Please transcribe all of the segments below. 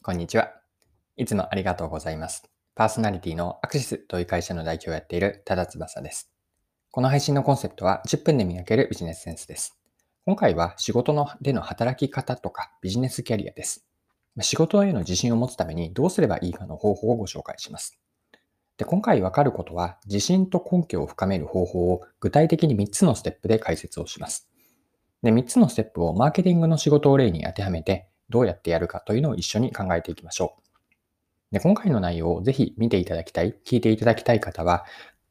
こんにちは。いつもありがとうございます。パーソナリティのアクシスという会社の代表をやっている多田翼です。この配信のコンセプトは10分で磨けるビジネスセンスです。今回は仕事での働き方とかビジネスキャリアです。仕事への自信を持つためにどうすればいいかの方法をご紹介します。で、今回わかることは、自信と根拠を深める方法を具体的に3つのステップで解説をします。で、3つのステップをマーケティングの仕事を例に当てはめて、どうやってやるかというのを一緒に考えていきましょう。で、今回の内容をぜひ見ていただきたい、聞いていただきたい方は、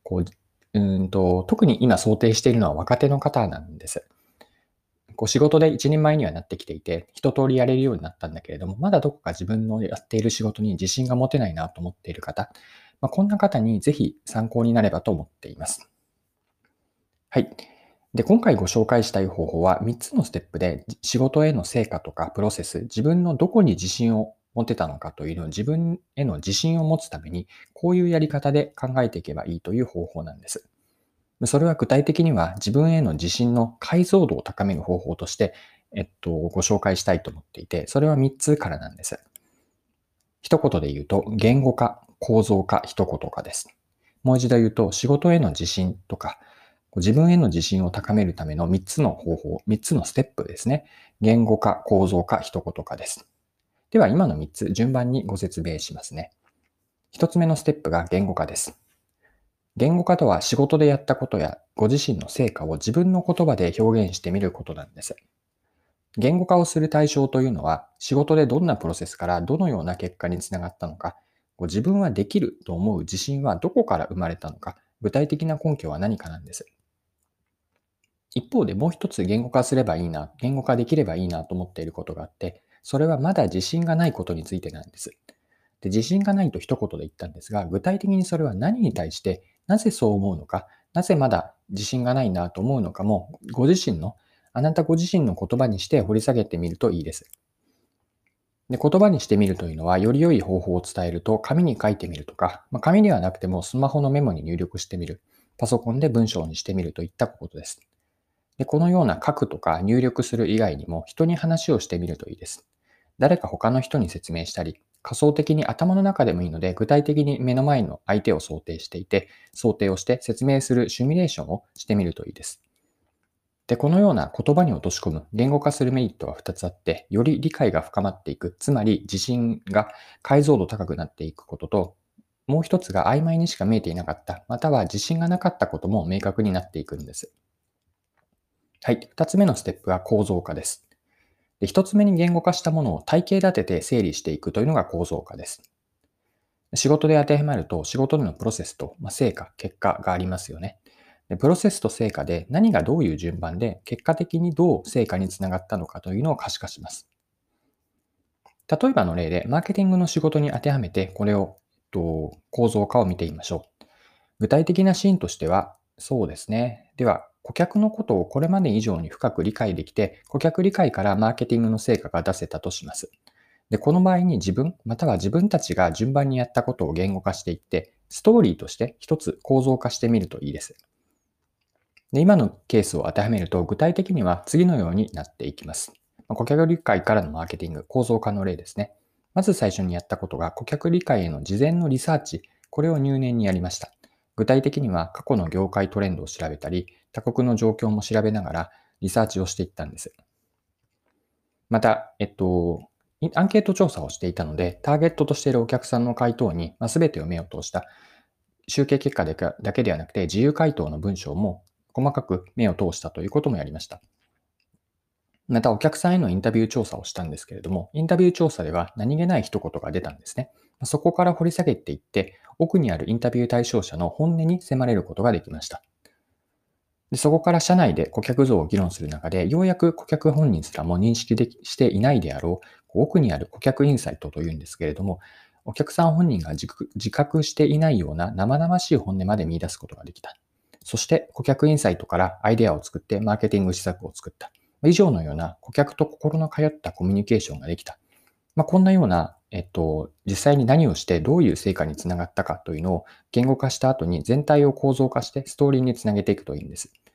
特に今想定しているのは若手の方なんです。仕事で一人前にはなってきていて、一通りやれるようになったんだけれども、まだどこか自分のやっている仕事に自信が持てないなと思っている方、こんな方にぜひ参考になればと思っています。はい。で、今回ご紹介したい方法は3つのステップで仕事への成果とかプロセス、自分のどこに自信を持てたのかというのを自分への自信を持つために、こういうやり方で考えていけばいいという方法なんです。それは具体的には自分への自信の解像度を高める方法として、ご紹介したいと思っていて、それは3つからなんです。一言で言うと、言語化、構造化、一言化です。もう一度言うと、仕事への自信とか、自分への自信を高めるための3つの方法、3つのステップですね。言語化、構造化、一言化です。では、今の3つ、順番にご説明しますね。1つ目のステップが言語化です。言語化とは仕事でやったことやご自身の成果を自分の言葉で表現してみることなんです。言語化をする対象というのは、仕事でどんなプロセスからどのような結果につながったのか、自分はできると思う自信はどこから生まれたのか、具体的な根拠は何かなんです。一方でもう一つ言語化すればいいな、言語化できればいいなと思っていることがあって、それはまだ自信がないことについてなんです。で、自信がないと一言で言ったんですが、具体的にそれは何に対して、なぜそう思うのか、なぜまだ自信がないなと思うのかも、あなたご自身の言葉にして掘り下げてみるといいです。で、言葉にしてみるというのは、より良い方法を伝えると、紙に書いてみるとか、紙にはなくてもスマホのメモに入力してみる、パソコンで文章にしてみるといったことです。で、このような書くとか入力する以外にも、人に話をしてみるといいです。誰か他の人に説明したり、仮想的に頭の中でもいいので、具体的に目の前の相手を想定をして説明するシミュレーションをしてみるといいです。で、このような言葉に落とし込む、言語化するメリットは2つあって、より理解が深まっていく、つまり自信が解像度高くなっていくことと、もう一つが曖昧にしか見えていなかった、または自信がなかったことも明確になっていくんです。はい。2つ目のステップは構造化です。で、1つ目に言語化したものを体系立てて整理していくというのが構造化です。仕事で当てはまると、仕事でのプロセスと、成果、結果がありますよね。で、プロセスと成果で何がどういう順番で、結果的にどう成果につながったのかというのを可視化します。例えばの例で、マーケティングの仕事に当てはめて、これを、構造化を見てみましょう。具体的なシーンとしては、そうですね。では、顧客のことをこれまで以上に深く理解できて、顧客理解からマーケティングの成果が出せたとします。で、この場合に自分、または自分たちが順番にやったことを言語化していって、ストーリーとして一つ構造化してみるといいです。で、今のケースを当てはめると、具体的には次のようになっていきます。顧客理解からのマーケティング、構造化の例ですね。まず最初にやったことが、顧客理解への事前のリサーチ、これを入念にやりました。具体的には過去の業界トレンドを調べたり、他国の状況も調べながらリサーチをしていったんです。また、アンケート調査をしていたので、ターゲットとしているお客さんの回答に全てを目を通した集計結果だけではなくて、自由回答の文章も細かく目を通したということもやりました。また、お客さんへのインタビュー調査をしたんですけれども、インタビュー調査では何気ない一言が出たんですね。そこから掘り下げていって、奥にあるインタビュー対象者の本音に迫れることができました。で、そこから社内で顧客像を議論する中で、ようやく顧客本人すらも認識していないであろう、奥にある顧客インサイトというんですけれども、お客さん本人が自覚していないような生々しい本音まで見出すことができた。そして顧客インサイトからアイデアを作ってマーケティング施策を作った。以上のような顧客と心の通ったコミュニケーションができた。こんなような、実際に何をしてどういう成果につながったかというのを言語化した後に全体を構造化してストーリーにつなげていくといいんです。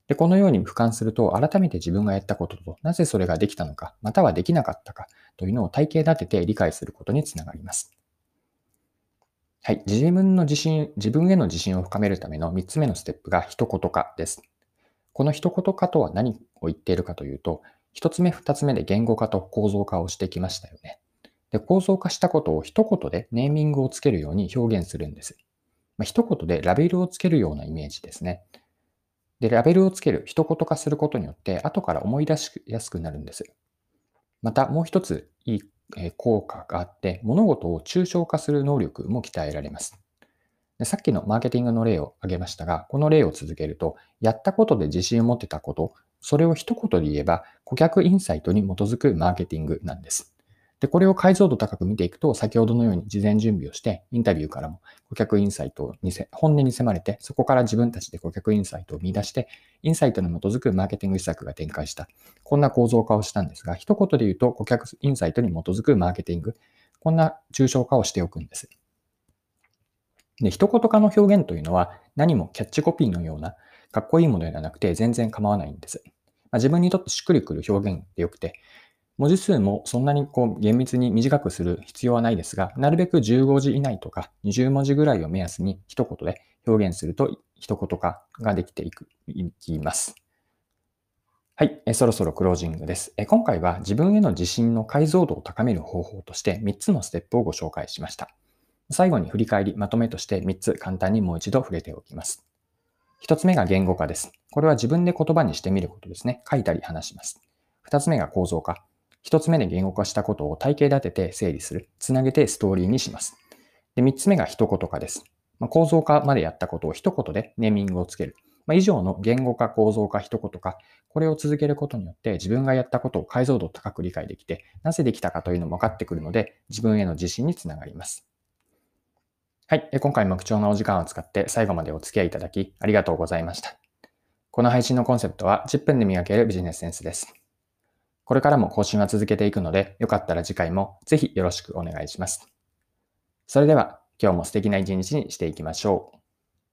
で、このように俯瞰すると、改めて自分がやったことと、なぜそれができたのか、またはできなかったかというのを体系立てて理解することにつながります。はい。自分への自信を深めるための3つ目のステップが一言化です。この一言化とは何を言っているかというと、1つ目、2つ目で言語化と構造化をしてきましたよね。で、構造化したことを一言でネーミングをつけるように表現するんです。一言でラベルをつけるようなイメージですね。で、ラベルをつける、一言化することによって、後から思い出しやすくなるんです。また、もう一ついい効果があって、物事を抽象化する能力も鍛えられます。で、さっきのマーケティングの例を挙げましたが、この例を続けると、やったことで自信を持ってたこと、それを一言で言えば、顧客インサイトに基づくマーケティングなんです。で、これを解像度高く見ていくと、先ほどのように事前準備をして、インタビューからも顧客インサイトに本音に迫れて、そこから自分たちで顧客インサイトを見出して、インサイトに基づくマーケティング施策が展開した。こんな構造化をしたんですが、一言で言うと、顧客インサイトに基づくマーケティング。こんな抽象化をしておくんです。で、一言化の表現というのは何もキャッチコピーのようなかっこいいものではなくて全然構わないんです。自分にとってしっくりくる表現でよくて、文字数もそんなに厳密に短くする必要はないですが、なるべく15字以内とか20文字ぐらいを目安に一言で表現すると一言化ができていきます。はい、そろそろクロージングです。今回は自分への自信の解像度を高める方法として3つのステップをご紹介しました。最後に振り返り、まとめとして3つ簡単にもう一度触れておきます。1つ目が言語化です。これは自分で言葉にしてみることですね。書いたり話します。2つ目が構造化。1つ目で言語化したことを体系立てて整理する。つなげてストーリーにします。で、3つ目が一言化です。構造化までやったことを一言でネーミングをつける。以上の言語化、構造化、一言化、これを続けることによって自分がやったことを解像度高く理解できて、なぜできたかというのも分かってくるので、自分への自信につながります。はい。今回も貴重なお時間を使って最後までお付き合いいただきありがとうございました。この配信のコンセプトは10分で磨けるビジネスセンスです。これからも更新は続けていくので、よかったら次回もぜひよろしくお願いします。それでは今日も素敵な一日にしていきましょう。